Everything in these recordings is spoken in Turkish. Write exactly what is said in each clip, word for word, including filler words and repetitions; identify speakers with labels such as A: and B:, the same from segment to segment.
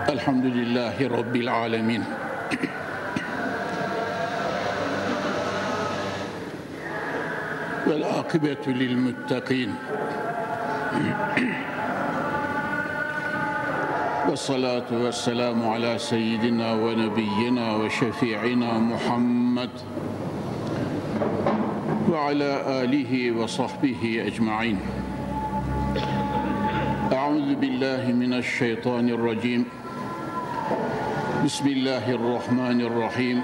A: Elhamdülillahi Rabbil alemin. Vel akıbetu lil muttakin. Ve salatu ve selamu ala seyyidina ve nebiyyina ve şefi'ina Muhammed ve ala alihi ve sahbihi ecma'in. Euzu billahi mineşşeytanirracim. Bismillahirrahmanirrahim.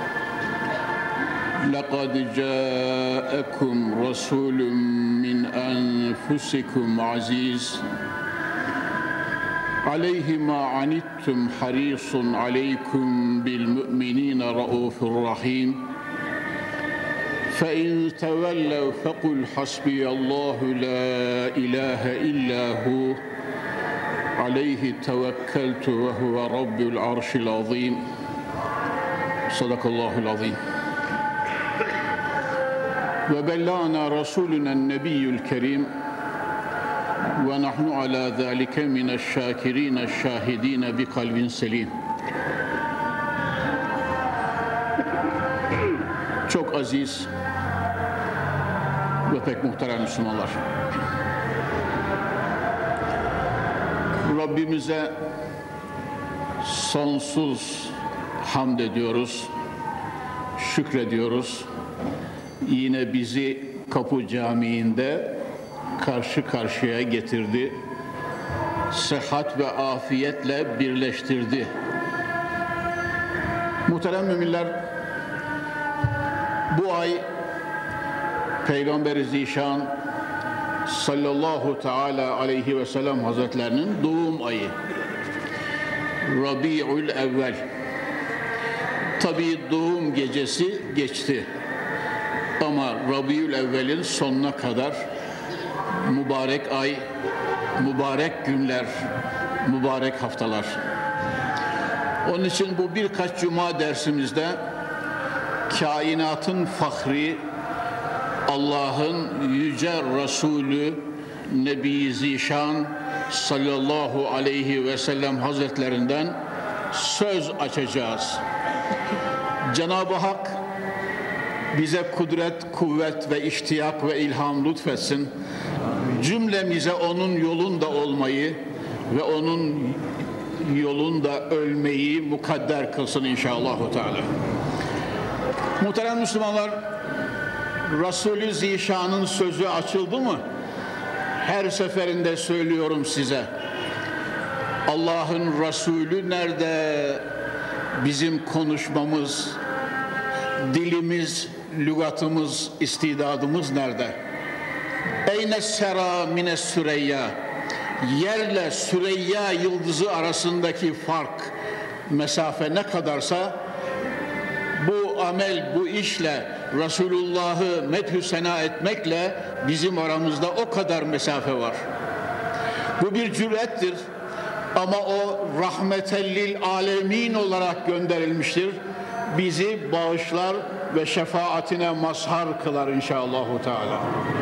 A: لَقَدْ جَاءَكُمْ رَسُولٌ مِّنْ أَنفُسِكُمْ عَزِيزٌ عَلَيْهِ مَا عَنِتُّمْ حَرِيصٌ عَلَيْكُمْ بِالْمُؤْمِنِينَ رَءُوفٌ رَحِيمٌ فَإِنْ تَوَلَّوْا فَقُلْ حَسْبِيَ اللَّهُ لَا إِلَٰهَ إِلَّا هُوَ عَلَيْهِ تَوَكَّلْتُ وَهُوَ رَبُّ الْعَرْشِ الْعَظِيمِ صَدَقَ اللّٰهُ الْعَظِيمُ. وَبَلَّغَنَا رَسُولُنَا النَّبِيُّ الْكَرِيمُ وَنَحْنُ عَلَى ذَٰلِكَ مِنَ الشَّاكِرِينَ الشَّاهِدِينَ بِقَلْبٍ سَلِيمٍ. Çok aziz ve pek muhterem Müslümanlar, Rabbimize sonsuz hamd ediyoruz, şükrediyoruz. Yine bizi Kapı Camii'nde karşı karşıya getirdi, sıhhat ve afiyetle birleştirdi. Muhterem müminler, bu ay Peygamber-i Zişan sallallahu teala aleyhi ve sellem Hazretlerinin doğum ayı, Rabi'ül Evvel. Tabii doğum gecesi geçti ama Rabi'ül Evvel'in sonuna kadar mübarek ay, mübarek günler, mübarek haftalar. Onun için bu birkaç cuma dersimizde kainatın fahri, Allah'ın yüce Resulü Nebi Zişan sallallahu aleyhi ve sellem Hazretlerinden söz açacağız. Cenab-ı Hak bize kudret, kuvvet ve iştiyak ve ilham lütfetsin. Cümlemize onun yolunda olmayı ve onun yolunda ölmeyi mukadder kılsın inşallah. Muhterem Müslümanlar, Resulü Zişan'ın sözü açıldı mı? Her seferinde söylüyorum size. Allah'ın Resulü nerede? Bizim konuşmamız, dilimiz, lügatımız, istidadımız nerede? Eyne sera mine süreyya. Yerle Süreyya yıldızı arasındaki fark, mesafe ne kadarsa bu amel, bu işle Resulullah'ı medhü sena etmekle bizim aramızda o kadar mesafe var. Bu bir cürettir ama o rahmetellil alemin olarak gönderilmiştir. Bizi bağışlar ve şefaatine mazhar kılar inşallahü teala.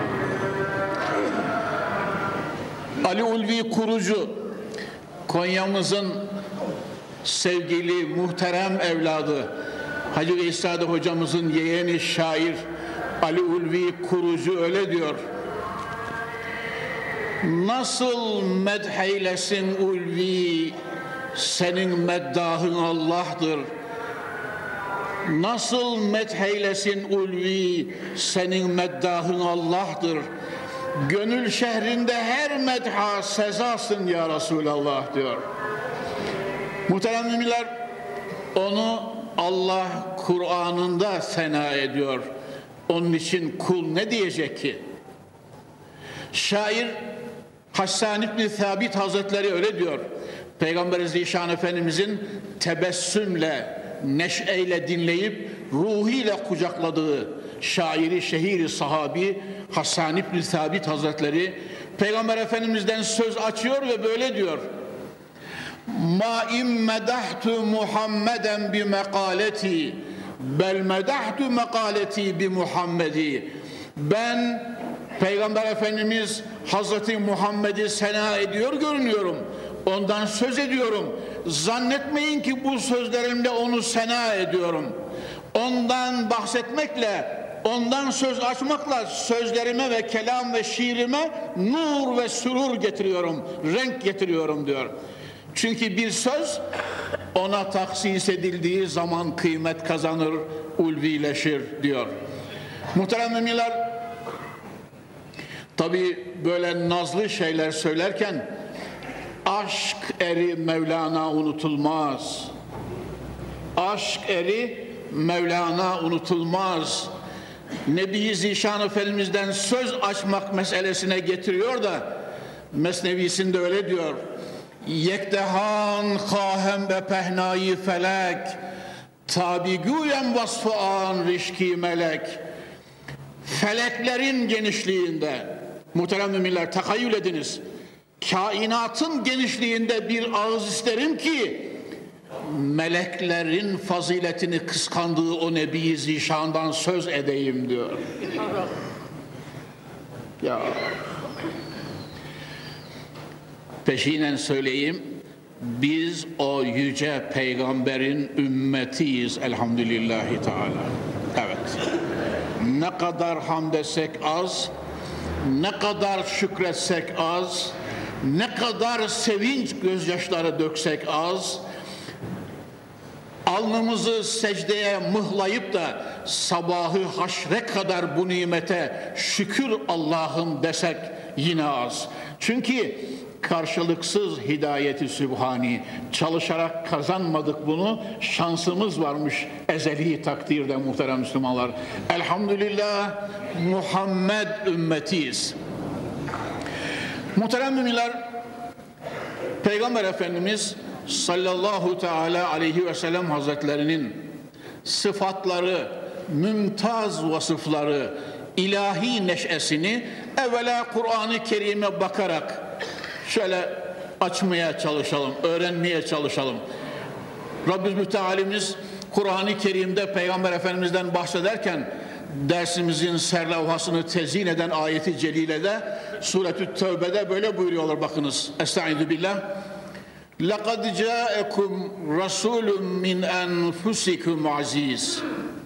A: Ali Ulvi Kurucu, Konya'mızın sevgili, muhterem evladı, Hacı Veysade hocamızın yeğeni şair Ali Ulvi Kurucu öyle diyor: nasıl medheylesin ulvi, senin meddahın Allah'tır. Nasıl medheylesin ulvi, senin meddahın Allah'tır. Gönül şehrinde her medha sezasın ya Resulallah diyor. Muhterem müminler, onu Allah Kur'an'ında sena ediyor. Onun için kul ne diyecek ki? Şair Hassan İbni Thabit Hazretleri öyle diyor. Peygamber-i Zişan Efendimizin tebessümle, neşeyle dinleyip ruhiyle kucakladığı şairi, şehiri, sahabi Hassan İbni Thabit Hazretleri Peygamber Efendimiz'den söz açıyor ve böyle diyor: ma in medahtu Muhammeden bi mekaleti bel medahtu mekaleti bi Muhammedi. Ben Peygamber Efendimiz Hazreti Muhammed'i sena ediyor görünüyorum. Ondan söz ediyorum. Zannetmeyin ki bu sözlerimle onu sena ediyorum. Ondan bahsetmekle, ondan söz açmakla sözlerime ve kelam ve şiirime nur ve sürur getiriyorum, renk getiriyorum diyor. Çünkü bir söz ona taksis edildiği zaman kıymet kazanır, ulvileşir diyor. Muhterem müminler, tabi böyle nazlı şeyler söylerken aşk eri Mevlana unutulmaz. Aşk eri Mevlana unutulmaz. Nebi-i Zişan Efendimiz'den söz açmak meselesine getiriyor da Mesnevisinde öyle diyor. Yekdehan khahem be pehnayı felek, tabigüyen vasfı an rişki melek. Feleklerin genişliğinde, muhterem müminler takayyül ediniz, kainatın genişliğinde bir ağız isterim ki meleklerin faziletini kıskandığı o Nebi-i Zişan'dan söz edeyim diyor. Ya peşinen söyleyeyim, biz o yüce peygamberin ümmetiyiz elhamdülillahi teala. Evet. Ne kadar hamd etsek az, ne kadar şükretsek az, ne kadar sevinç gözyaşları döksek az, alnımızı secdeye mıhlayıp da sabahı haşre kadar bu nimete şükür Allah'ım desek yine az. Çünkü karşılıksız hidayeti sübhani, çalışarak kazanmadık bunu, şansımız varmış ezeli takdirde muhterem Müslümanlar. Elhamdülillah Muhammed ümmetiyiz. Muhterem müminler, Peygamber Efendimiz sallallahu teala aleyhi ve sellem Hazretlerinin sıfatları, mümtaz vasıfları, ilahi neşesini evvela Kur'an-ı Kerim'e bakarak şöyle açmaya çalışalım, öğrenmeye çalışalım. Rabbimiz Mütealimiz Kur'an-ı Kerim'de Peygamber Efendimiz'den bahsederken dersimizin serlevhasını tezyin eden ayeti celilede Suretü Tevbe'de böyle buyuruyorlar, bakınız. Estaizu billah. لَقَدْ جَاءَكُمْ رَسُولٌ مِّنْ أَنْفُسِكُمْ عَزِيزٌ.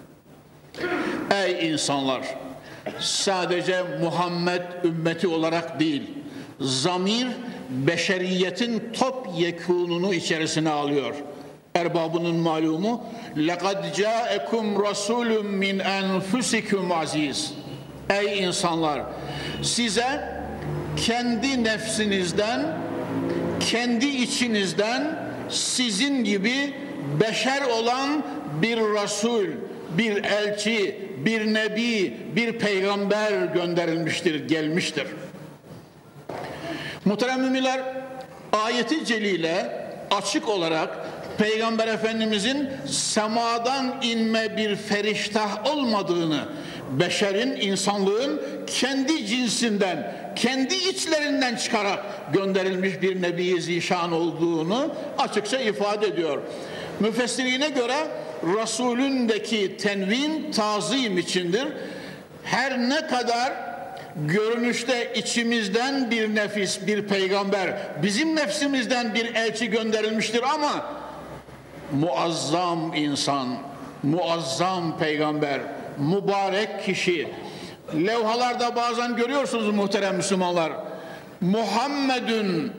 A: Ey insanlar! Sadece Muhammed ümmeti olarak değil, zamir beşeriyetin topyekununu içerisine alıyor. Erbabının malumu لَقَدْ جَاءَكُمْ رَسُولٌ مِّنْ أَنْفُسِكُمْ عَزِيزٌ. Ey insanlar! Size kendi nefsinizden, kendi içinizden sizin gibi beşer olan bir Resul, bir elçi, bir nebi, bir peygamber gönderilmiştir, gelmiştir. Muhterem müminler, ayeti celile açık olarak Peygamber Efendimizin semadan inme bir feriştah olmadığını, beşerin, insanlığın kendi cinsinden, kendi içlerinden çıkarak gönderilmiş bir Nebi-i Zişan olduğunu açıkça ifade ediyor. Müfessirine göre Resulündeki tenvin tazim içindir. Her ne kadar görünüşte içimizden bir nefis, bir peygamber, bizim nefsimizden bir elçi gönderilmiştir ama muazzam insan, muazzam peygamber, mübarek kişi. Levhalarda bazen görüyorsunuz muhterem Müslümanlar. Muhammedun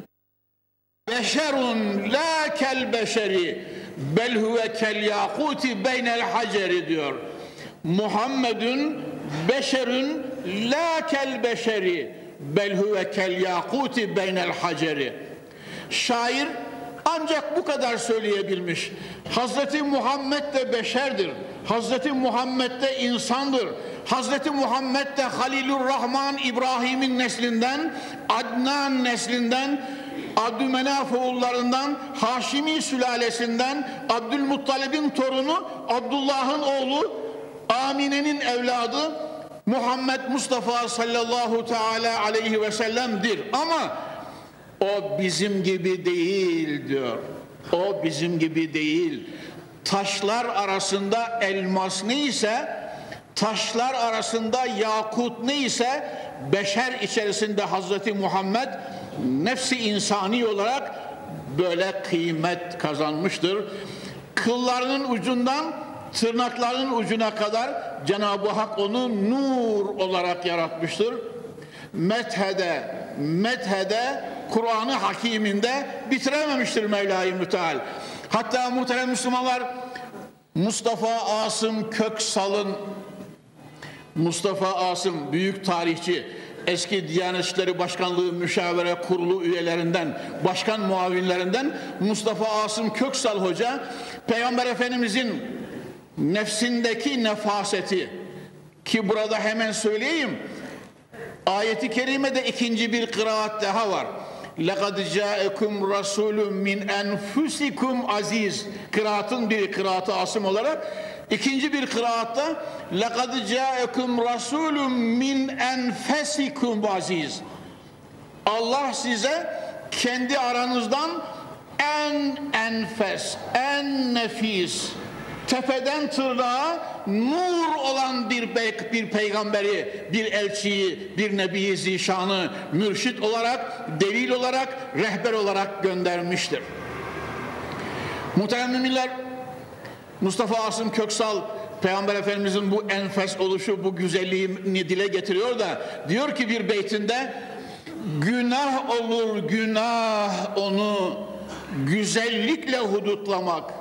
A: beşerun la kel beşeri bel huve kel yakuti beynel haceri diyor. Muhammedun beşerun la kel beşeri bel huve kel yakuti beynel haceri. Şair ancak bu kadar söyleyebilmiş. Hazreti Muhammed de beşerdir. Hazreti Muhammed de insandır. Hazreti Muhammed de Halilur Rahman İbrahim'in neslinden, Adnan neslinden, Abdümenaf oğullarından, Haşimi sülalesinden, Abdülmuttalib'in torunu, Abdullah'ın oğlu, Amine'nin evladı Muhammed Mustafa sallallahu teala aleyhi ve sellem'dir. Ama o bizim gibi değil diyor. O bizim gibi değil. Taşlar arasında elmas neyse, taşlar arasında yakut neyse, beşer içerisinde Hazreti Muhammed nefsi insani olarak böyle kıymet kazanmıştır. Kıllarının ucundan tırnaklarının ucuna kadar Cenab-ı Hak onu nur olarak yaratmıştır. Methede, methede, Kur'an-ı Hakim'inde bitirememiştir Mevla-i Müteal. Hatta muhterem Müslümanlar, Mustafa Asım Köksal'ın, Mustafa Asım büyük tarihçi, eski Diyanet İşleri Başkanlığı Müşavere Kurulu üyelerinden, başkan muavinlerinden Mustafa Asım Köksal Hoca, Peygamber Efendimizin nefsindeki nefaseti, ki burada hemen söyleyeyim, ayeti kerimede ikinci bir kıraat daha var. لَقَدْ جَاءَكُمْ رَسُولٌ مِنْ اَنْفُسِكُمْ aziz. Kıraatın bir kıraatı Asım olarak. İkinci bir kıraatta لَقَدْ جَاءَكُمْ رَسُولٌ مِنْ اَنْفَسِكُمْ aziz. Allah size kendi aranızdan en enfes, en nefis, tepeden tırnağa nur olan bir, pey bir peygamberi, bir elçiyi, bir nebi-i zişanı mürşit olarak, delil olarak, rehber olarak göndermiştir. Muhterem müminler, Mustafa Asım Köksal Peygamber Efendimizin bu enfes oluşu, bu güzelliğini dile getiriyor da diyor ki bir beytinde, günah olur günah onu güzellikle hudutlamak.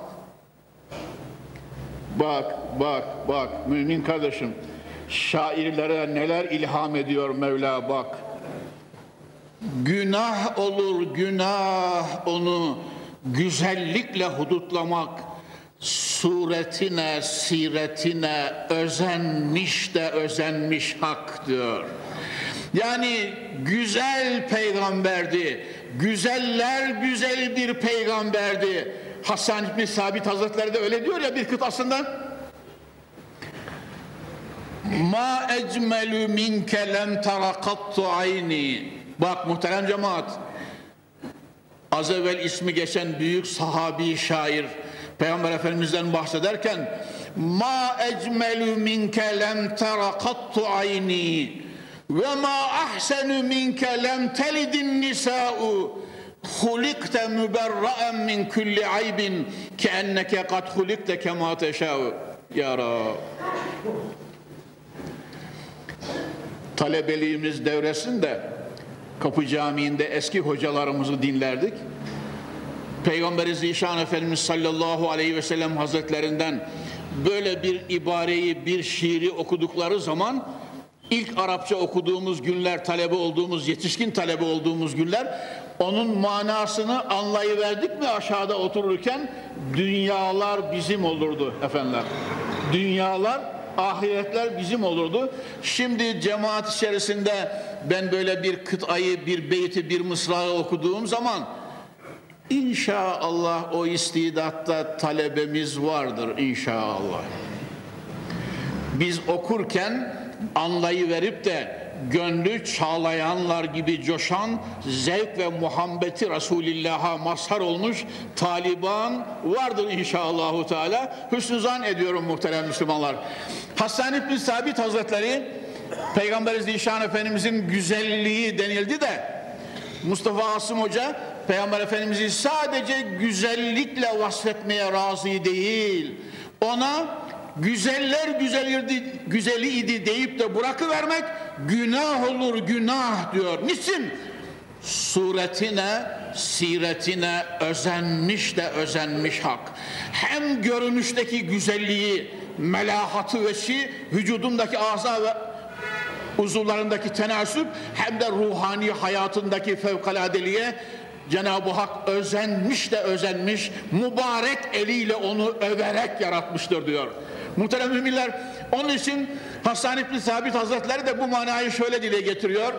A: Bak, bak, bak mümin kardeşim, şairlere neler ilham ediyor Mevla bak. Günah olur günah onu güzellikle hudutlamak, suretine, siretine özenmiş de özenmiş hak diyor. Yani güzel peygamberdi, güzeller güzeli bir peygamberdi. Hasan İbni Sabit Hazretleri de öyle diyor ya bir kıtasında. Ma ecmelü minke lem terakattu ayni. Bak muhterem cemaat, az evvel ismi geçen büyük sahabi şair Peygamber Efendimiz'den bahsederken ma ecmelü minke lem terakattu ayni ve ma ahsenu minke lem telidin nisa'u hulikte müberra'en min kulli aybin keenneke kad hulikte kema teşâ'u. Ya Rab, talebeliğimiz devresinde Kapı Camii'nde eski hocalarımızı dinlerdik. Peygamber-i Zişan Efendimiz sallallahu aleyhi ve sellem hazretlerinden böyle bir ibareyi, bir şiiri okudukları zaman, ilk Arapça okuduğumuz günler, talebe olduğumuz, yetişkin talebe olduğumuz günler, onun manasını anlayıverdik mi aşağıda otururken, dünyalar bizim olurdu efendiler. Dünyalar, ahiretler bizim olurdu. Şimdi cemaat içerisinde ben böyle bir kıtayı, bir beyti, bir mısrağı okuduğum zaman İnşallah o istidatta talebemiz vardır inşallah. Biz okurken anlayıverip de gönlü çağlayanlar gibi coşan, zevk ve muhabbeti Resulullah'a mazhar olmuş taliban vardır inşallahü teala. Hüsnü zan ediyorum muhterem Müslümanlar. Hasan İbni Sabit Hazretleri, Peygamber-i Zişan Efendimizin güzelliği denildi de Mustafa Asım Hoca Peygamber Efendimiz'i sadece güzellikle vasfetmeye razı değil, ona güzeller güzeliydi, güzeli idi deyip de bırakıvermek günah olur günah diyor. Niçin? Suretine, siretine özenmiş de özenmiş hak. Hem görünüşteki güzelliği, melahatı ve şi, vücudundaki aza ve uzuvlarındaki tenasüp, hem de ruhani hayatındaki fevkaladeliğe Cenab-ı Hak özenmiş de özenmiş, mübarek eliyle onu överek yaratmıştır diyor. Muhterem müminler, onun için Hasan İbni Sabit Hazretleri de bu manayı şöyle dile getiriyor.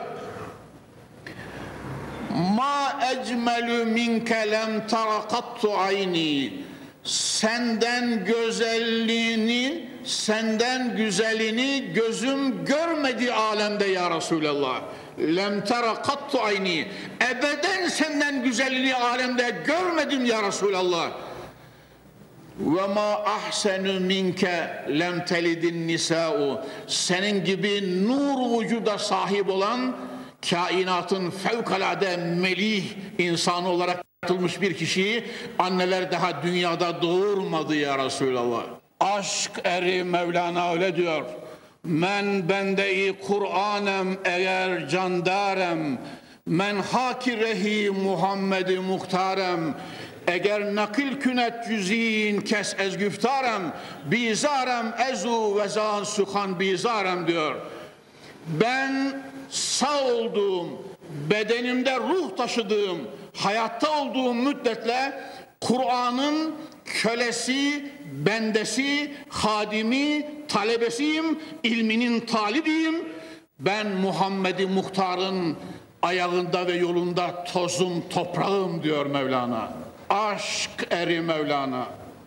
A: Ma ecmelü minke lem terakattu ayni. Senden güzelliğini, senden güzelini gözüm görmedi alemde ya Resulallah. Lem terakattu ayni. Ebeden senden güzelliğini alemde görmedim ya Resulallah. Ve ma ahsenu minke lem telidin nisa'u. Senin gibi nur vücuda sahip olan kainatın fevkalade melih insanı olarak yaratılmış bir kişiyi anneler daha dünyada doğurmadı ya Resulallah. Aşk eri Mevlana öyle diyor. Men bende-i Kur'anem eğer candarem, men haki rehi Muhammed-i muhtarem, eğer nakil künet cüzin kes ez güftarem, bizarem ezu ve zan sukan bizarem diyor. Ben sağ olduğum, bedenimde ruh taşıdığım, hayatta olduğum müddetle Kur'an'ın kölesi, bendesi, hadimi, talebesiyim, ilminin talibiyim. Ben Muhammed-i Muhtar'ın ayağında ve yolunda tozum, toprağım diyor Mevlana. Aşk eri Mevlana.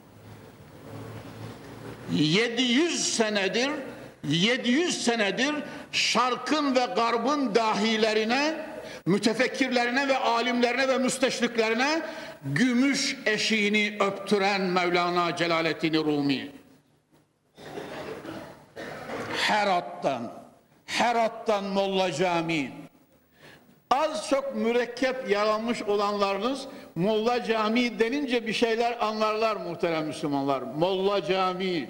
A: yedi yüz senedir, yedi yüz senedir şarkın ve garbın dahilerine, mütefekkirlerine ve alimlerine ve müsteşriklerine gümüş eşiğini öptüren Mevlana Celaleddin Rumi. Herat'tan, Herat'tan Molla Camii. Az çok mürekkep yaralanmış olanlarınız Molla Camii denince bir şeyler anlarlar muhterem Müslümanlar. Molla Camii.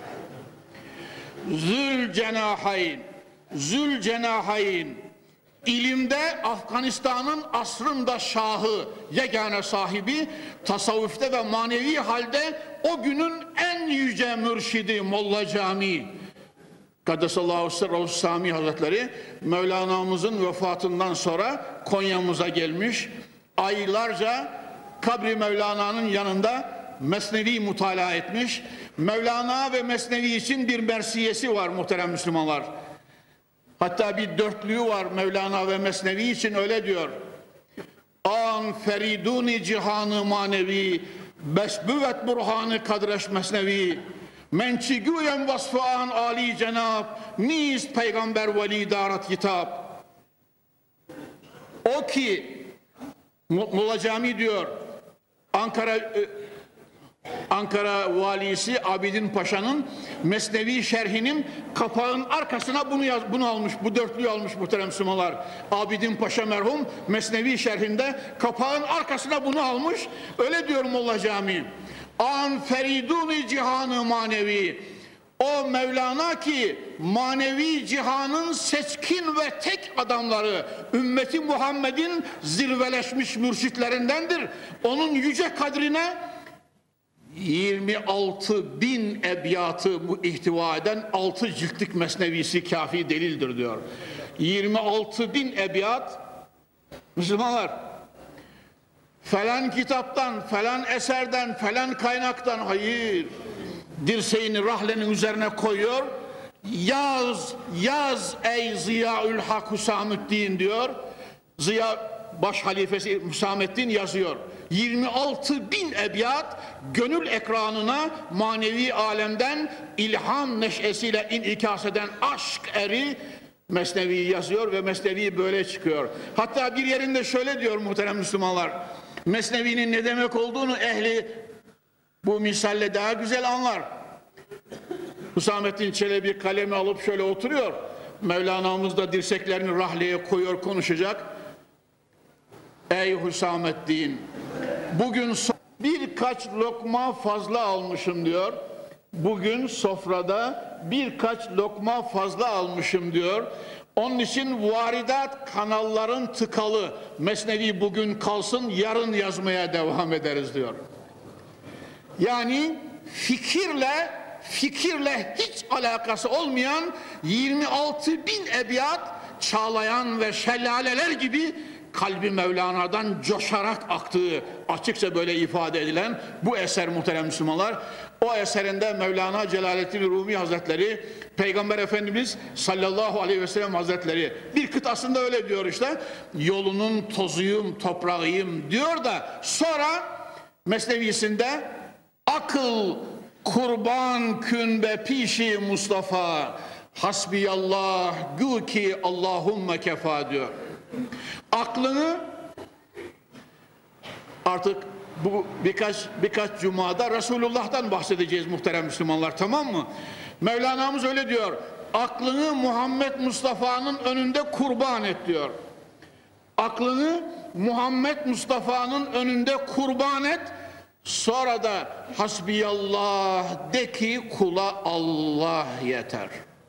A: Zülcenahayn, Zülcenahayn. İlimde Afganistan'ın asrında şahı, yegane sahibi, tasavvufta ve manevi halde o günün en yüce mürşidi Molla Camii. Kaddesallahu sirruhu Sami Hazretleri Mevlana'mızın vefatından sonra Konya'mıza gelmiş. Aylarca kabri Mevlana'nın yanında Mesnevi mutala etmiş. Mevlana ve Mesnevi için bir mersiyesi var muhterem Müslümanlar. Hatta bir dörtlüğü var Mevlana ve Mesnevi için, öyle diyor. An feriduni cihanı manevi, besbüvet burhanı kadreş mesnevi, mençigüyen vasfı an ali cenab, niz peygamber veli darat kitap. O ki Molla Camii diyor, Ankara Ankara valisi Abidin Paşa'nın Mesnevi şerhinin kapağın arkasına bunu yaz, bunu almış, bu dörtlüyü almış muhterem Müslümanlar. Abidin Paşa merhum Mesnevi şerhinde kapağın arkasına bunu almış. Öyle diyor Molla Camii. An feriduni cihanı manevi. O Mevlana ki manevi cihanın seçkin ve tek adamları, ümmeti Muhammed'in zirveleşmiş mürşitlerindendir. Onun yüce kadrine yirmi altı bin ebiyatı bu ihtiva eden altı ciltlik mesnevisi kafi delildir diyor. yirmi altı bin ebiyat Müslümanlar, falan kitaptan, falan eserden, falan kaynaktan, hayır, dirseğini rahlenin üzerine koyuyor, yaz, yaz ey Ziyaül Hak Hüsamettin diyor. Ziya baş halifesi Hüsamettin yazıyor. yirmi altı bin ebiyat gönül ekranına manevi alemden ilham neşesiyle inikas eden aşk eri Mesnevi yazıyor ve Mesnevi böyle çıkıyor. Hatta bir yerinde şöyle diyor muhterem Müslümanlar, Mesnevi'nin ne demek olduğunu ehli bu misalle daha güzel anlar. Hüsamettin Çelebi kalemi alıp şöyle oturuyor, Mevlana'mız da dirseklerini rahleye koyuyor, konuşacak. Ey Hüsamettin, bugün birkaç lokma fazla almışım diyor. Bugün sofrada birkaç lokma fazla almışım diyor. Onun için varidat kanalların tıkalı. Mesnevi bugün kalsın, yarın yazmaya devam ederiz diyor. Yani fikirle fikirle hiç alakası olmayan yirmi altı bin ebiyat çağlayan ve şelaleler gibi kalbi Mevlana'dan coşarak aktığı açıkça böyle ifade edilen bu eser muhterem Müslümanlar. O eserinde Mevlana Celaleddin Rumi Hazretleri, Peygamber Efendimiz sallallahu aleyhi ve sellem Hazretleri bir kıtasında öyle diyor işte, yolunun tozuyum, toprağıyım diyor da sonra Mesnevisinde akıl kurban kün be pişi Mustafa, hasbiyallah gü ki Allahumme kefa diyor. Aklını artık bu birkaç birkaç cumada Resulullah'tan bahsedeceğiz muhterem Müslümanlar, tamam mı? Mevlana'mız öyle diyor. Aklını Muhammed Mustafa'nın önünde kurban et diyor. Aklını Muhammed Mustafa'nın önünde kurban et. Sonra da hasbiyallah de ki kula Allah yeter.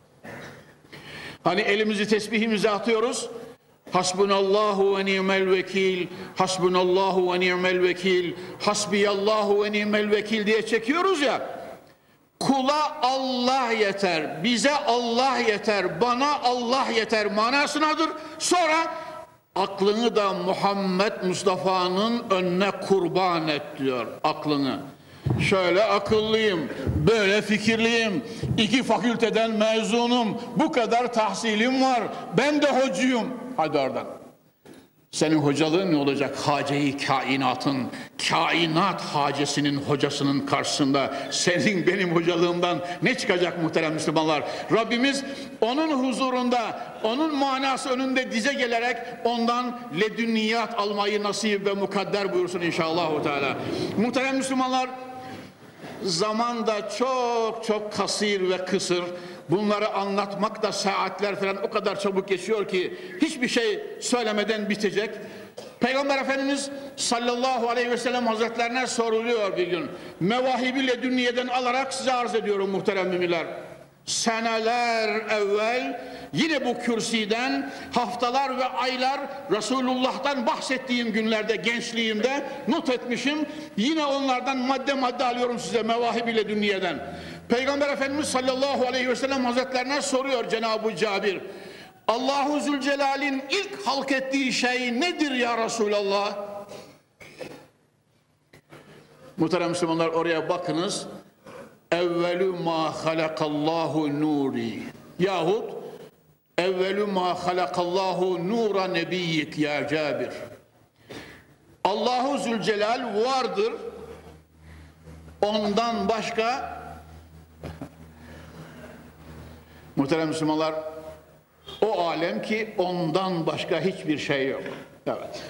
A: Hani elimizi tesbihimize atıyoruz. Hasbunallahu ve ni'mel vekil, hasbunallahu ve ni'mel vekil, hasbiyallahu ve ni'mel vekil diye çekiyoruz ya. Kula Allah yeter, bize Allah yeter, bana Allah yeter manasınadır. Sonra aklını da Muhammed Mustafa'nın önüne kurban et diyor, aklını. Şöyle akıllıyım, böyle fikirliyim, iki fakülteden mezunum, bu kadar tahsilim var, ben de hocuyum. Hadi oradan. Senin hocalığın ne olacak? Hace-i kainatın, kainat hacesinin hocasının karşısında senin benim hocalığımdan ne çıkacak muhterem Müslümanlar? Rabbimiz onun huzurunda, onun manası önünde dize gelerek ondan ledünniyat almayı nasip ve mukadder buyursun inşallah Teala. Muhterem Müslümanlar, zaman da çok çok kasir ve kısır. Bunları anlatmak da saatler falan o kadar çabuk geçiyor ki hiçbir şey söylemeden bitecek. Peygamber Efendimiz sallallahu aleyhi ve sellem hazretlerine soruluyor bir gün. Mevahibi ledünniyeden alarak size arz ediyorum muhterem müminler. Seneler evvel yine bu kürsiden haftalar ve aylar Resulullah'tan bahsettiğim günlerde gençliğimde not etmişim. Yine onlardan madde madde alıyorum size Mevahibi ledünniyeden. Peygamber Efendimiz sallallahu aleyhi ve sellem hazretlerine soruyor Cenab-ı Cabir. Allahu Zülcelal'in ilk halk ettiği şey nedir ya Resulallah? Muhterem Müslümanlar, oraya bakınız. Evvelü ma halakallahu nuri. Yahut evvelü ma halakallahu nura nebiyyik ya Cabir. Allahu Zülcelal vardır. Ondan başka muhterem Müslümanlar, o alem ki ondan başka hiçbir şey yok. Evet.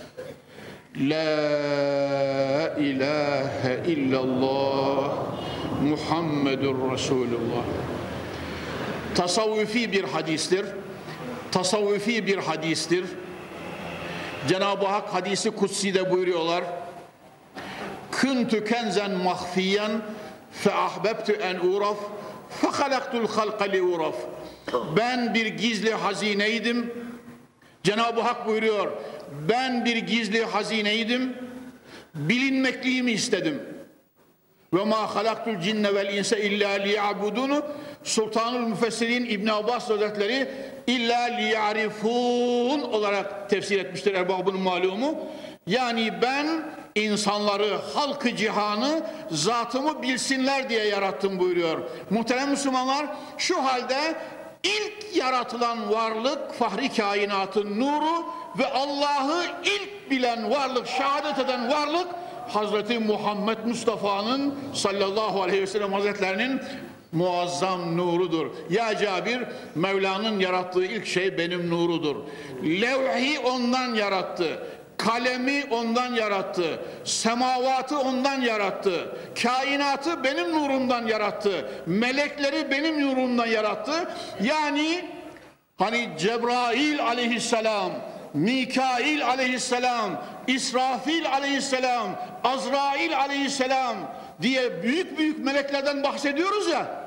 A: La ilahe illallah Muhammedur Resulullah. Tasavvufi bir hadistir. Tasavvufi bir hadistir. Cenab-ı Hak hadisi kutsi'de buyuruyorlar. Kuntu kenzen mahfiyen fe ahbebtu en uraf fe halaktul halqa li uraf. Ben bir gizli hazineydim. Cenab-ı Hak buyuruyor. Ben bir gizli hazineydim. Bilinmekliğimi istedim. Ve ma halaktul cinne vel insa illa liya'budunu. Sultanul Müfessirin İbn Abbas Hazretleri illa liya'rifun olarak tefsir etmiştir erbabının malumu. Yani ben insanları, halkı cihanı, zatımı bilsinler diye yarattım buyuruyor. Muhterem Müslümanlar, şu halde ilk yaratılan varlık fahri kainatın nuru ve Allah'ı ilk bilen varlık, şehadet eden varlık Hazreti Muhammed Mustafa'nın sallallahu aleyhi ve sellem hazretlerinin muazzam nurudur. Ya Cabir, Mevla'nın yarattığı ilk şey benim nurudur. Levhi ondan yarattı. Kalemi ondan yarattı. Semavatı ondan yarattı. Kainatı benim nurumdan yarattı. Melekleri benim nurumdan yarattı. Yani hani Cebrail aleyhisselam, Mikail aleyhisselam, İsrafil aleyhisselam, Azrail aleyhisselam diye büyük büyük meleklerden bahsediyoruz ya.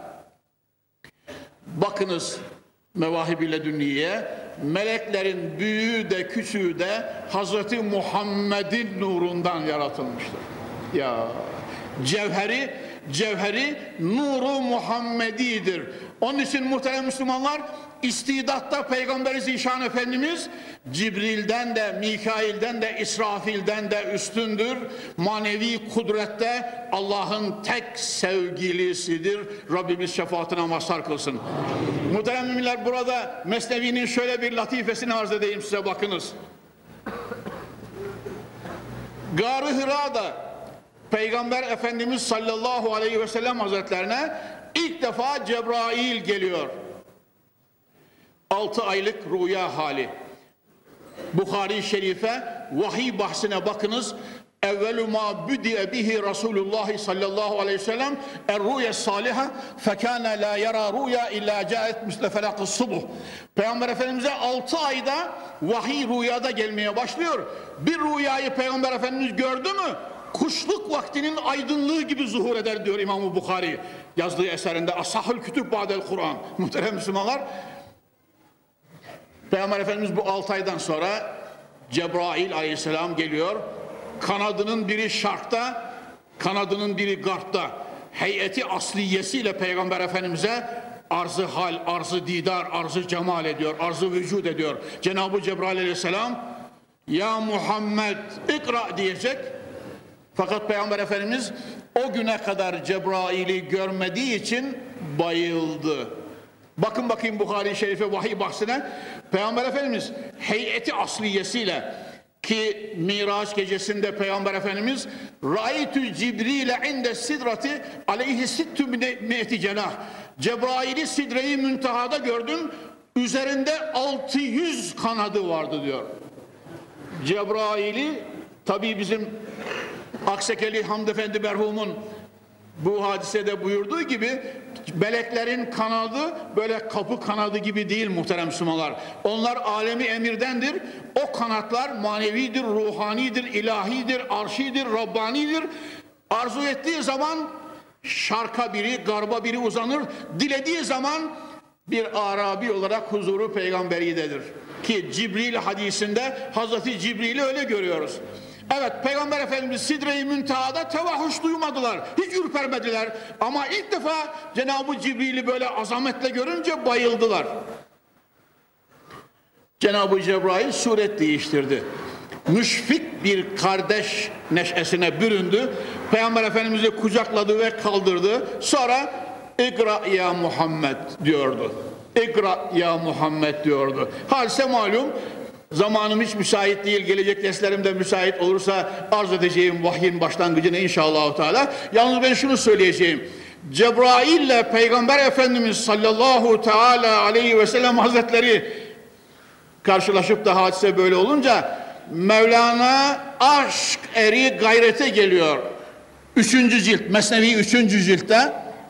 A: Bakınız Mevahib-i Ledünniye, meleklerin büyüğü de küçüğü de Hazreti Muhammed'in nurundan yaratılmıştır. Ya cevheri, cevheri nuru Muhammedi'dir. Onun için muhterem Müslümanlar, istidatta Peygamber-i Zişan Efendimiz Cibril'den de, Mikail'den de, İsrafil'den de üstündür. Manevi kudrette Allah'ın tek sevgilisidir. Rabbimiz şefaatine mazhar kılsın. Muhterem müminler, burada Mesnevi'nin şöyle bir latifesini arz edeyim size, bakınız. Gâr-ı Hıra'da Peygamber Efendimiz sallallahu aleyhi ve sellem hazretlerine ilk defa Cebrail geliyor. Altı aylık rüya hali. Bukhari Şerif'e vahiy bahsine bakınız. evvelu ma büdiye bihi Resulullah sallallahu aleyhi ve sellem er-rüye saliha fekâne la yara rüya illa caet misle felakı subuh. Peygamber Efendimiz'e altı ayda vahiy rüyada gelmeye başlıyor. Bir rüyayı Peygamber Efendimiz gördü mü kuşluk vaktinin aydınlığı gibi zuhur eder diyor İmam-ı Bukhari yazdığı eserinde Ashahül Kütüb Ba'del Kur'an. Muhterem Müslümanlar, Peygamber Efendimiz bu altı aydan sonra Cebrail aleyhisselam geliyor. Kanadının biri şarkta, kanadının biri garpta. Heyeti asliyesiyle Peygamber Efendimiz'e arz-ı hal, arz-ı didar, arz-ı cemal ediyor, arz-ı vücud ediyor. Cenab-ı Cebrail aleyhisselam ya Muhammed ikra diyecek. Fakat Peygamber Efendimiz o güne kadar Cebrail'i görmediği için bayıldı. Bakın bakayım Buhari-i Şerif'e vahiy bahsine. Peygamber Efendimiz heyeti asliyesiyle ki Miraç gecesinde Peygamber Efendimiz Ra'aytu Cibril'e inde sidrati aleyhi sittü mi'ti cenah. Cebrail'i Sidre-i Münteha'da gördüm. Üzerinde altı yüz kanadı vardı diyor. Cebrail'i tabii bizim Aksekeli Hamd Efendi merhumun bu hadisede buyurduğu gibi meleklerin kanadı böyle kapı kanadı gibi değil muhterem Müslümanlar. Onlar alemi emirdendir. O kanatlar manevidir, ruhanidir, ilahidir, arşidir, rabbanidir. Arzu ettiği zaman şarka biri, garba biri uzanır. Dilediği zaman bir Arabi olarak huzuru peygamberidedir. Ki Cibril hadisinde Hazreti Cibril'i öyle görüyoruz. Evet, Peygamber Efendimiz Sidre-i Münteha'da tevahuş duymadılar. Hiç ürpermediler. Ama ilk defa Cenab-ı Cibril'i böyle azametle görünce bayıldılar. Cenab-ı Cebrail suret değiştirdi. Müşfik bir kardeş neşesine büründü. Peygamber Efendimiz'i kucakladı ve kaldırdı. Sonra İkra ya Muhammed diyordu. İkra ya Muhammed diyordu. Halse malum. Zamanım hiç müsait değil. Gelecek derslerimde müsait olursa arz edeceğim vahyin başlangıcını inşallah Teala. Yalnız ben şunu söyleyeceğim. Cebrail ile Peygamber Efendimiz sallallahu teala aleyhi ve sellem Hazretleri karşılaşıp da hadise böyle olunca Mevlana aşk eri gayrete geliyor. Üçüncü cilt, Mesnevi üçüncü ciltte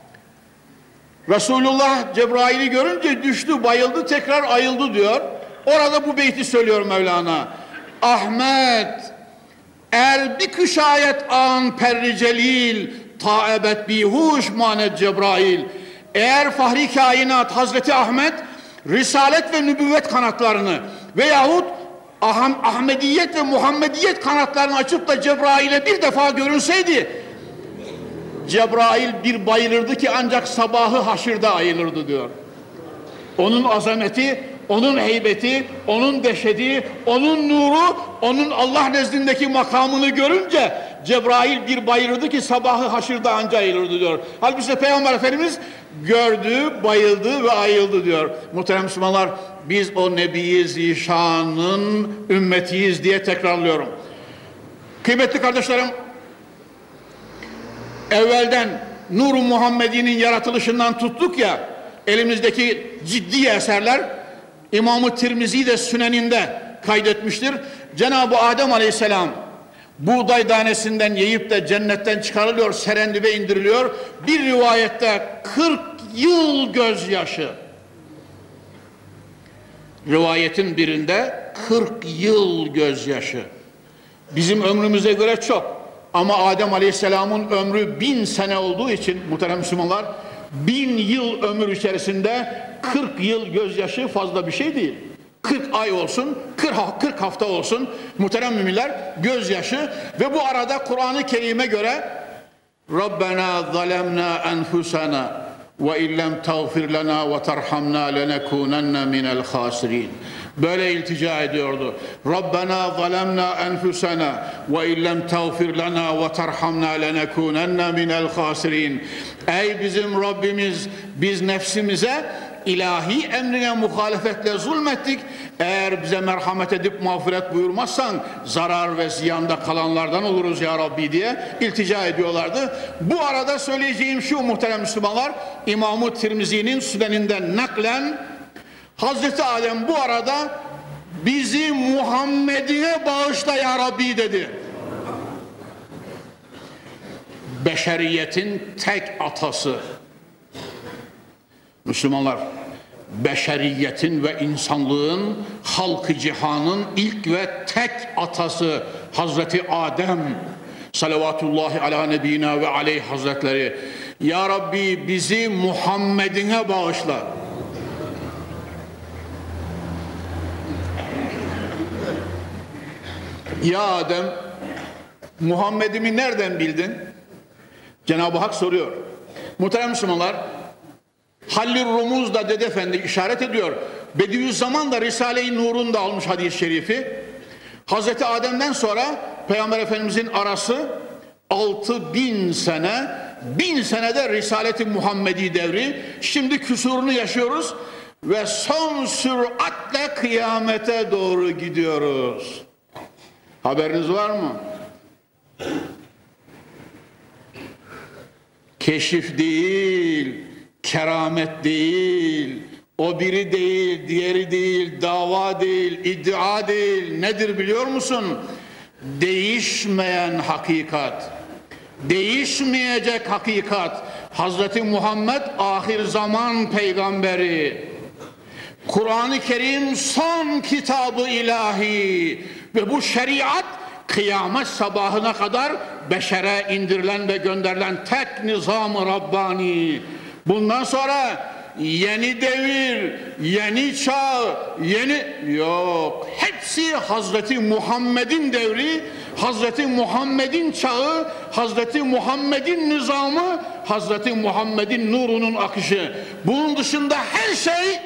A: Resulullah Cebrail'i görünce düştü, bayıldı, tekrar ayıldı diyor. Orada bu beyti söylüyor Mevlana. Ahmet er bir küşayet an perri celil taebet bihuş manet Cebrail. Eğer fahri kainat Hazreti Ahmet risalet ve nübüvvet kanatlarını veyahut Aham, Ahmediyet ve Muhammediyet kanatlarını açıp da Cebrail'e bir defa görünseydi Cebrail bir bayılırdı ki ancak sabahı haşirde ayılırdı diyor. Onun azameti, onun heybeti, onun dehşeti, onun nuru, onun Allah nezdindeki makamını görünce Cebrail bir bayılırdı ki sabahı haşirde anca ayılırdı diyor. Halbuki Peygamber Efendimiz gördü, bayıldı ve ayıldı diyor. Muhterem Müslümanlar, biz o Nebi-i Zişan'ın ümmetiyiz diye tekrarlıyorum. Kıymetli kardeşlerim, evvelden Nur-u Muhammedi'nin yaratılışından tuttuk ya, elimizdeki ciddi eserler İmam-ı Tirmizi de Sünen'inde kaydetmiştir. Cenab-ı Adem Aleyhisselam buğday tanesinden yiyip de cennetten çıkarılıyor, Serendip'e indiriliyor. Bir rivayette kırk yıl gözyaşı. Rivayetin birinde kırk yıl gözyaşı. Bizim ömrümüze göre çok. Ama Adem Aleyhisselam'ın ömrü bin sene olduğu için muhterem Müslümanlar, bin yıl ömür içerisinde kırk yıl gözyaşı fazla bir şey değil. kırk ay olsun, kırk hafta olsun muhterem müminler gözyaşı ve bu arada Kur'an-ı Kerim'e göre Rabbena zalemna enfusana ve illem tağfir lana ve terhamna lenekunenne minel khasirin. Böyle iltica ediyordu. Rabbena zalemna enfusana ve illem tağfir lana ve terhamna lenekunenne minel khasirin. Ey bizim Rabbimiz, biz nefsimize ilahi emrine muhalefetle zulmettik. Eğer bize merhamet edip mağfiret buyurmazsan zarar ve ziyanda kalanlardan oluruz ya Rabbi diye iltica ediyorlardı. Bu arada söyleyeceğim şu muhterem Müslümanlar, İmam-ı Tirmizi'nin Süneninden naklen Hazreti Adem bu arada bizi Muhammed'ine bağışla ya Rabbi dedi. beşeriyetin tek atası. Müslümanlar, beşeriyetin ve insanlığın, halkı cihanın ilk ve tek atası Hazreti Adem salavatullahi ala nebina ve aleyh hazretleri. Ya Rabbi bizi Muhammed'ine bağışla. Ya Adem, Muhammed'imi nereden bildin? Cenab-ı Hak soruyor. Muhterem Müslümanlar, Halil Rumuz da Dede Efendi işaret ediyor. Bediüzzaman da Risale-i Nur'un da almış hadis-i şerifi. Hazreti Adem'den sonra Peygamber Efendimizin arası altı bin sene, bin senede Risalet-i Muhammedi devri. Şimdi küsurunu yaşıyoruz ve son süratle kıyamete doğru gidiyoruz. Haberiniz var mı? Keşif değil, keramet değil, o biri değil, diğeri değil, dava değil, iddia değil. Nedir biliyor musun? Değişmeyen hakikat. Değişmeyecek hakikat. Hazreti Muhammed ahir zaman peygamberi. Kur'an-ı Kerim son kitabı ilahi ve bu şeriat kıyamet sabahına kadar beşere indirilen ve gönderilen tek nizam-ı Rabbani. Bundan sonra yeni devir, yeni çağ, yeni yok. Hepsi Hazreti Muhammed'in devri, Hazreti Muhammed'in çağı, Hazreti Muhammed'in nizamı, Hazreti Muhammed'in nurunun akışı. Bunun dışında her şey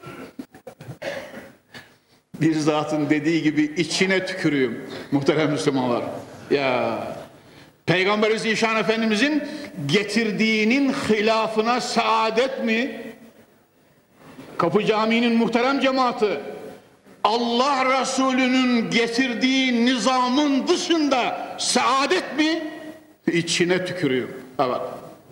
A: bir zatın dediği gibi içine tükürüyorum muhterem Müslümanlar. Ya Peygamber-i Zişan Efendimizin getirdiğinin hilafına saadet mi? Kapı Camii'nin muhterem cemaati, Allah Resulü'nün getirdiği nizamın dışında saadet mi? İçine tükürüyor. Evet.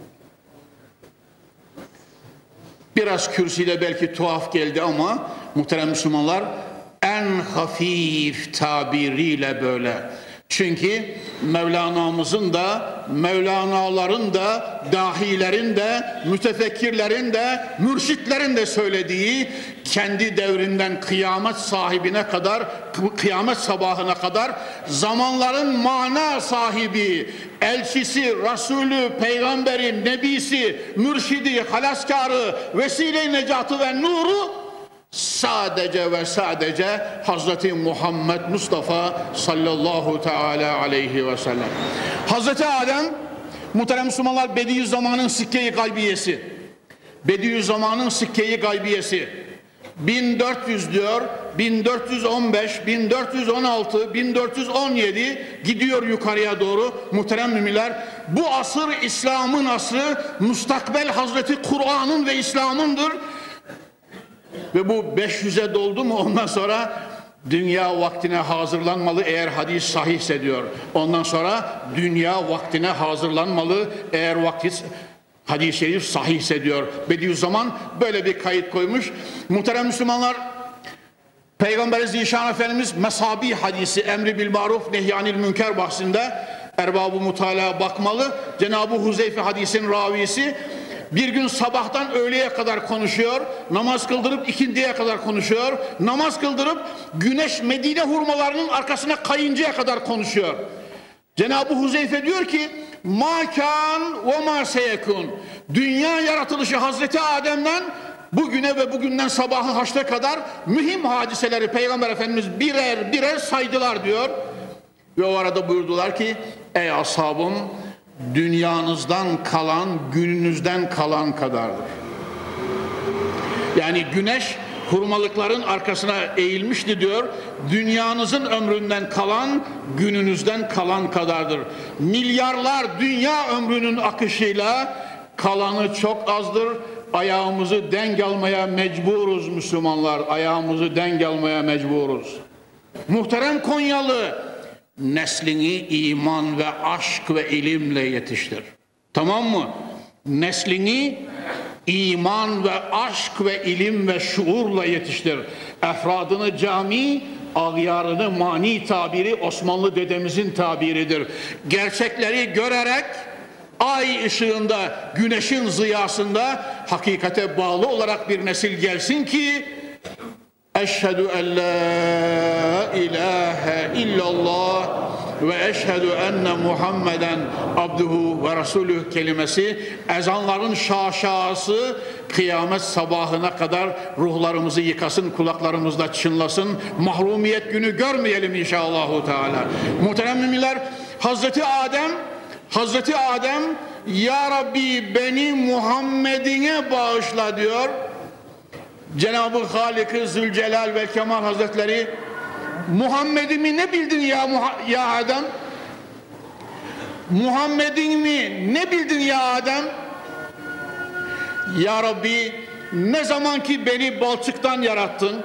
A: Biraz kürsüyle belki tuhaf geldi ama muhterem Müslümanlar, en hafif tabiriyle böyle. Çünkü Mevlana'mızın da, Mevlana'ların da, dahilerin de, mütefekkirlerin de, mürşitlerin de söylediği, kendi devrinden kıyamet sahibine kadar, kıyamet sabahına kadar zamanların mana sahibi, elçisi, Resulü, peygamberi, nebisi, mürşidi, halaskarı, vesile-i necatı ve nuru sadece ve sadece Hazreti Muhammed Mustafa sallallahu teala aleyhi ve sellem. Hazreti Adem, muhterem Müslümanlar, Bediüzzaman'ın sikke-i gaybiyesi. Bediüzzaman'ın sikke-i gaybiyesi. bin dört yüz diyor, bin dört yüz on beş, bin dört yüz on altı, bin dört yüz on yedi gidiyor yukarıya doğru muhterem müminler. Bu asır İslam'ın asrı, müstakbel Hazreti Kur'an'ın ve İslam'ındır. Ve bu beş yüze doldu mu ondan sonra dünya vaktine hazırlanmalı eğer hadis sahihse diyor. Ondan sonra dünya vaktine hazırlanmalı eğer vakti hadis-i şerif sahihse diyor. Bediüzzaman böyle bir kayıt koymuş. Muhterem Müslümanlar, Peygamber-i Zişan Efendimiz Mesabi hadisi, emri bil maruf nehyanil münker bahsinde erbab-ı mutala bakmalı. Cenab-ı Huzeyfe hadisin ravisi bir gün sabahtan öğleye kadar konuşuyor, namaz kıldırıp ikindiye kadar konuşuyor, namaz kıldırıp güneş Medine hurmalarının arkasına kayıncaya kadar konuşuyor. Cenab-ı Huzeyfe diyor ki, ma kan ve ma seyekun. Dünya yaratılışı Hazreti Adem'den bugüne ve bugünden sabahı haşre kadar mühim hadiseleri Peygamber Efendimiz birer birer saydılar diyor. Ve o arada buyurdular ki, ey ashabım, dünyanızdan kalan gününüzden kalan kadardır. Yani güneş hurmalıkların arkasına eğilmişti diyor. Dünyanızın ömründen kalan gününüzden kalan kadardır. Milyarlar dünya ömrünün akışıyla kalanı çok azdır. Ayağımızı denk almaya mecburuz Müslümanlar. Ayağımızı denk almaya mecburuz. Muhterem Konyalı, neslini iman ve aşk ve ilimle yetiştir. Tamam mı? Neslini iman ve aşk ve ilim ve şuurla yetiştir. Efradını cami, ağyarını mani tabiri Osmanlı dedemizin tabiridir. Gerçekleri görerek, ay ışığında, güneşin ziyasında hakikate bağlı olarak bir nesil gelsin ki eşhedü en la ilahe illallah ve eşhedü enne Muhammeden abduhu ve rasulüh kelimesi ezanların şaşası kıyamet sabahına kadar ruhlarımızı yıkasın, kulaklarımızda çınlasın, mahrumiyet günü görmeyelim inşallahü teala. Muhterem müminler, Hazreti Adem Hazreti Adem ya Rabbi beni Muhammed'ine bağışla diyor. Cenab-ı Halik-i Zülcelal ve Kemal Hazretleri Muhammed'imi ne bildin ya, ya Adem? Muhammed'imi ne bildin ya Adem? Ya Rabbi ne zaman ki beni balçıktan yarattın,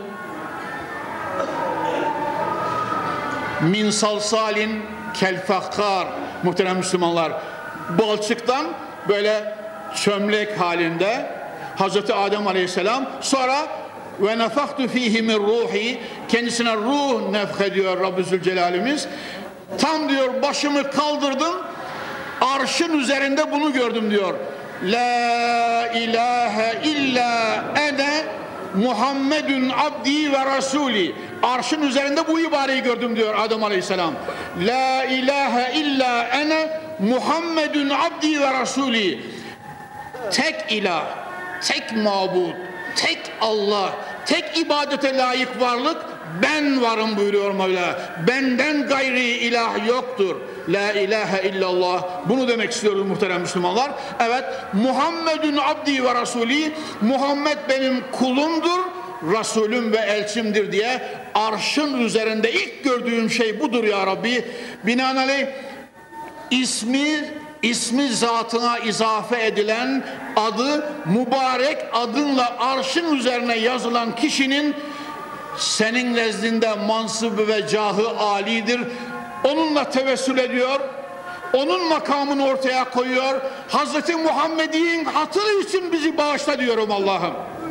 A: min salsalin kelfakkar, muhterem Müslümanlar, balçıktan böyle çömlek halinde Hazreti Adem Aleyhisselam, sonra ve nefaktu fihi min ruhi, kendisine ruh nefhediyor Rabbi Zülcelal'imiz. Tam diyor başımı kaldırdım, arşın üzerinde bunu gördüm diyor. La ilahe illa ene Muhammedun abdi ve rasuli. Arşın üzerinde bu ibareyi gördüm diyor Adem Aleyhisselam. La ilahe illa ene Muhammedun abdi ve rasuli. Tek ilah, tek mabud, tek Allah, tek ibadete layık varlık ben varım buyuruyor Mevla. Benden gayri ilah yoktur. La ilahe illallah. Bunu demek istiyoruz muhterem Müslümanlar. Evet, Muhammedun abdi ve rasuli, Muhammed benim kulumdur, Resulüm ve elçimdir diye arşın üzerinde ilk gördüğüm şey budur ya Rabbi. Binaenaleyh ismi ismi zatına izafe edilen adı, mübarek adınla arşın üzerine yazılan kişinin senin nezdinde mansıbı ve cahı âlidir. Onunla tevessül ediyor, onun makamını ortaya koyuyor. Hazreti Muhammed'in hatırı için bizi bağışla diyorum Allah'ım.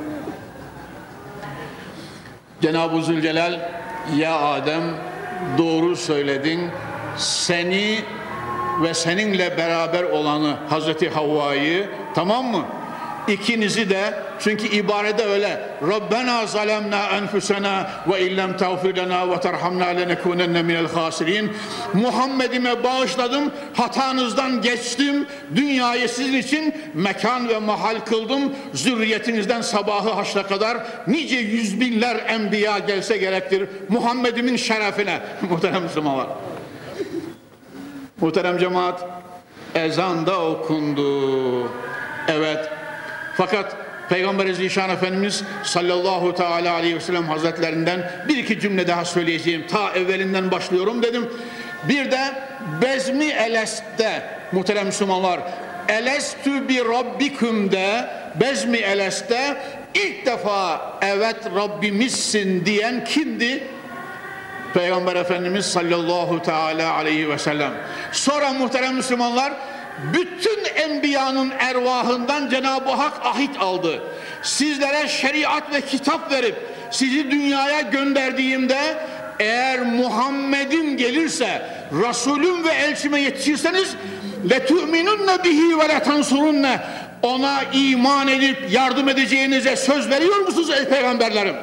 A: Cenab-ı Zülcelal, ya Adem doğru söyledin, seni ve seninle beraber olanı Hazreti Havva'yı, tamam mı? İkinizi de, çünkü ibarede öyle. Rabbena zalemna enfusena ve illem tağfir lena ve terhamna lenekunenne minel hasirin. Muhammed'ime bağışladım, hatanızdan geçtim, dünyayı sizin için mekan ve mahal kıldım. Zürriyetinizden sabahı haşra kadar nice yüz binler enbiya gelse gerektir Muhammed'imin şerefine. Muhterem Müslümanlar, muhterem cemaat, ezan da okundu. Evet. Fakat Peygamber-i Zişan Efendimiz sallallahu teala aleyhi ve sellem hazretlerinden bir iki cümle daha söyleyeceğim. Ta evvelinden başlıyorum dedim. Bir de Bezmi Elest'te muhterem Müslümanlar, Elestü bi Rabbiküm'de, Bezmi Elest'te ilk defa evet Rabbimizsin diyen kimdi? Peygamber Efendimiz sallallahu teala aleyhi ve sellem. Sonra muhterem Müslümanlar, bütün enbiyanın ervahından Cenab-ı Hak ahit aldı. Sizlere şeriat ve kitap verip sizi dünyaya gönderdiğimde eğer Muhammed'in gelirse, Resulüm ve elçime yetişirseniz letu'minunne bihi ve letansurunne, ona iman edip yardım edeceğinize söz veriyor musunuz ey peygamberlerim?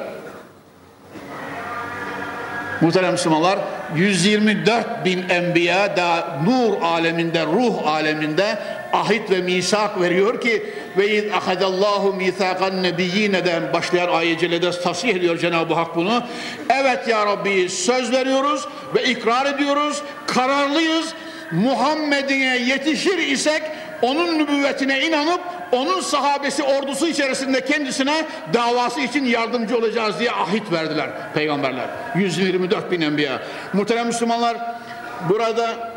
A: Muhterem Müslümanlar, yüz yirmi dört bin enbiya da nur aleminde, ruh aleminde ahit ve misak veriyor ki ve iz ahadallahu misakan nebiyyine'den başlayan ayet-i celilede tasrih ediyor Cenab-ı Hak bunu. Evet ya Rabbi, söz veriyoruz ve ikrar ediyoruz, kararlıyız. Muhammed'ine yetişir isek onun nübüvvetine inanıp onun sahabesi ordusu içerisinde kendisine davası için yardımcı olacağız diye ahit verdiler peygamberler. yüz yirmi dört bin enbiya. Muhterem Müslümanlar, burada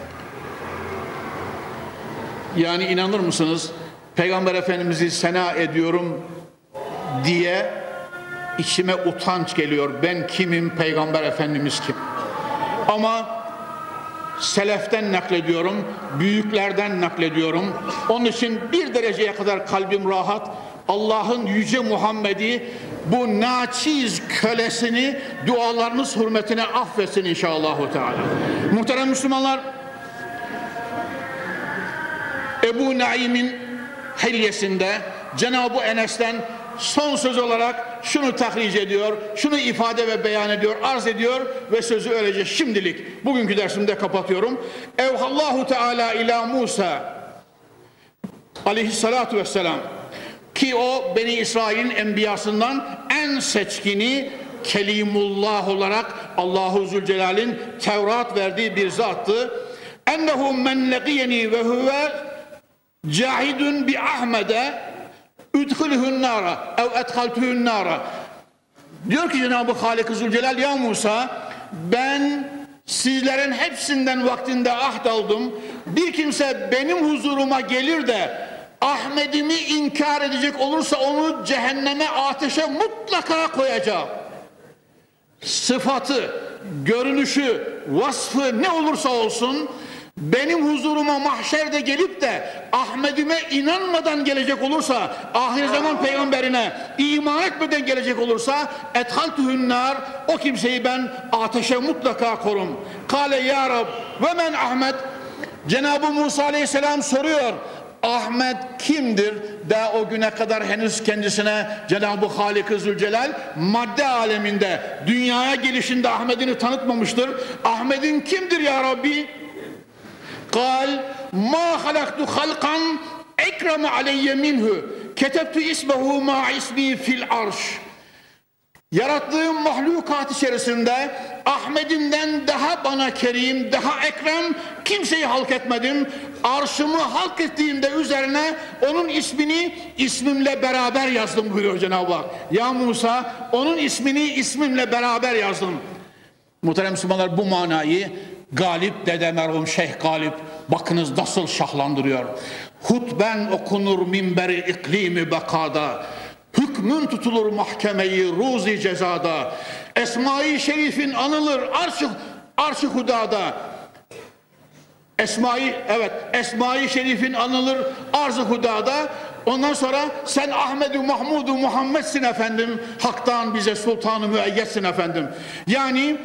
A: yani inanır mısınız, Peygamber Efendimiz'i sena ediyorum diye içime utanç geliyor. Ben kimim, Peygamber Efendimiz kim? Ama seleften naklediyorum, büyüklerden naklediyorum. Onun için bir dereceye kadar kalbim rahat. Allah'ın yüce Muhammed'i, bu naçiz kölesini dualarınız hürmetine affetsin inşallahü teala. Muhterem Müslümanlar, Ebu Naim'in Hilyesinde Cenab-ı Enes'ten son söz olarak şunu tahric ediyor, şunu ifade ve beyan ediyor, arz ediyor ve sözü öylece şimdilik bugünkü dersimde kapatıyorum. Evhallahu Teala ila Musa aleyhissalatu vesselam, ki o Beni İsrail'in enbiyasından en seçkini, Kelimullah olarak Allahu Zülcelal'in Tevrat verdiği bir zattı. Ennehu men lekiyeni ve huve cahidun bi Ahmed'e üdhülühün nara ev ethaltühün nara. Diyor ki Cenab-ı Halik-i Zülcelal, ya Musa, ben sizlerin hepsinden vaktinde ahd aldım. Bir kimse benim huzuruma gelir de Ahmet'imi inkar edecek olursa onu cehenneme, ateşe mutlaka koyacağım. Sıfatı, görünüşü, vasfı ne olursa olsun, benim huzuruma mahşerde gelip de Ahmet'ime inanmadan gelecek olursa, ahir zaman peygamberine iman etmeden gelecek olursa, ethaltühün nar, o kimseyi ben ateşe mutlaka korum. Kale ya Rab ve men Ahmet. Cenab-ı Musa aleyhisselam soruyor, Ahmet kimdir? Daha o güne kadar henüz kendisine Cenab-ı Halik-i Zülcelal madde aleminde, dünyaya gelişinde Ahmet'ini tanıtmamıştır. Ahmet'in kimdir ya Rabbi? Kal ma halaktu halkan ekreme aleyye minhu ketebtu ismehu ma ismi fil arş. Yarattığım mahlukat içerisinde Ahmet'inden daha bana kerim, daha ekrem kimseyi halk etmedim. Arşımı halk ettiğimde üzerine onun ismini ismimle beraber yazdım buyuruyor Cenab-ı Hak. Ya Musa, onun ismini ismimle beraber yazdım. Muhterem Müslümanlar, bu manayı Galip Dede merhum Şeyh Galip bakınız nasıl şahlandırıyor. Hutben okunur minberi iklimi bekada, hükmün tutulur mahkemeyi ruzi cezada, Esma-i Şerif'in anılır arş-ı arş-ı hudada. Esma-i evet Esma-i Şerif'in anılır arz-ı hudada. Ondan sonra sen Ahmed-i Mahmud-u Muhammed'sin efendim, haktan bize sultan-ı müeyyedsin efendim. Yani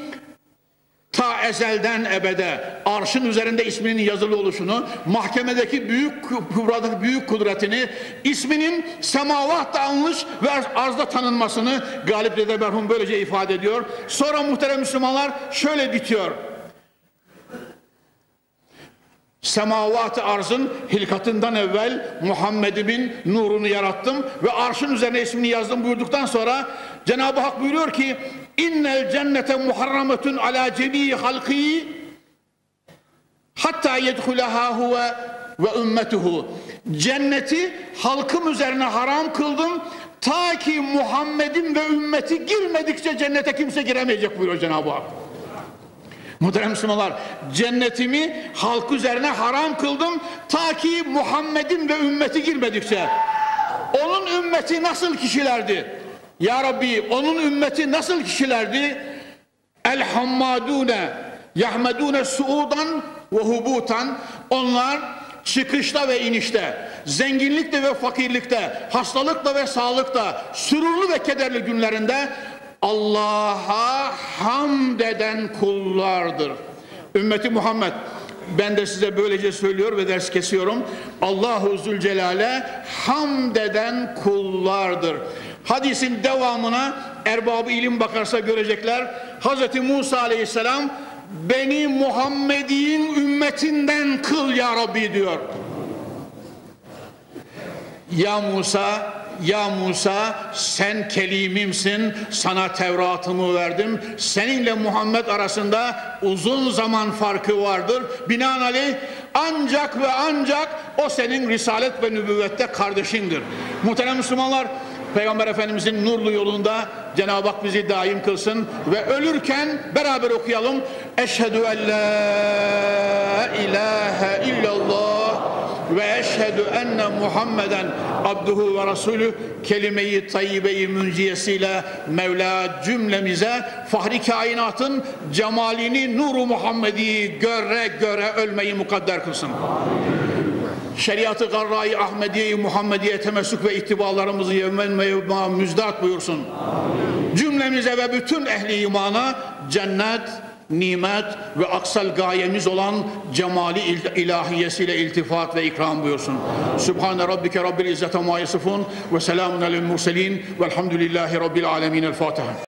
A: ta ezelden ebede arşın üzerinde isminin yazılı oluşunu, mahkemedeki büyük kübradaki büyük kudretini, isminin semavatta anılış ve arzda tanınmasını Galip Dede merhum böylece ifade ediyor. Sonra muhterem Müslümanlar şöyle bitiyor. Semavat-ı arzın hilkatından evvel Muhammed'imin nurunu yarattım ve arşın üzerine ismini yazdım buyurduktan sonra Cenab-ı Hak buyuruyor ki innel cennete muharrametun ala cemii halki hatta yedhulaha huve ve ümmetuhu. Cenneti halkım üzerine haram kıldım ta ki Muhammed'in ve ümmeti girmedikçe cennete kimse giremeyecek buyuruyor Cenab-ı Hak. Muhterem Müslümanlar, cennetimi halk üzerine haram kıldım ta ki Muhammed'in ve ümmeti girmedikçe. Onun ümmeti nasıl kişilerdi? Ya Rabbi, onun ümmeti nasıl kişilerdi? El-hammadune yahmedune suudan ve hubutan. Onlar çıkışta ve inişte, zenginlikte ve fakirlikte, hastalıkta ve sağlıkta, sürurlu ve kederli günlerinde Allah'a hamd eden kullardır. Ümmeti Muhammed, ben de size böylece söylüyor ve ders kesiyorum. Allahu Zülcelal'e hamd eden kullardır. Hadisin devamına erbab-ı ilim bakarsa görecekler. Hazreti Musa aleyhisselam beni Muhammed'in ümmetinden kıl ya Rabbi diyor. Ya Musa, ya Musa, sen kelimimsin, sana Tevrat'ımı verdim. Seninle Muhammed arasında uzun zaman farkı vardır. Binaenaleyh ancak ve ancak o senin risalet ve nübüvvette kardeşindir. Muhterem Müslümanlar, Peygamber Efendimizin nurlu yolunda Cenab-ı Hak bizi daim kılsın ve ölürken beraber okuyalım. Eşhedü en la ilahe illallah ve eşhedü enne Muhammeden abduhu ve rasulü kelime-i tayyibe-i münciyesiyle Mevla cümlemize fahri kainatın cemalini, nuru Muhammedi göre göre ölmeyi mukadder kılsın. Şeriatı garra-i Ahmediye-i Muhammediye temessük ve ittibalarımızı yevmen mevma müjdat buyursun. Cümlemize ve bütün ehli imana cennet nimet ve aksal gayemiz olan cemali ilahiyesiyle iltifat ve ikram buyursun. Sübhane Rabbike Rabbil İzzete ma yasifun ve selamun alel murselin velhamdülillahi Rabbil alemin. El Fatiha.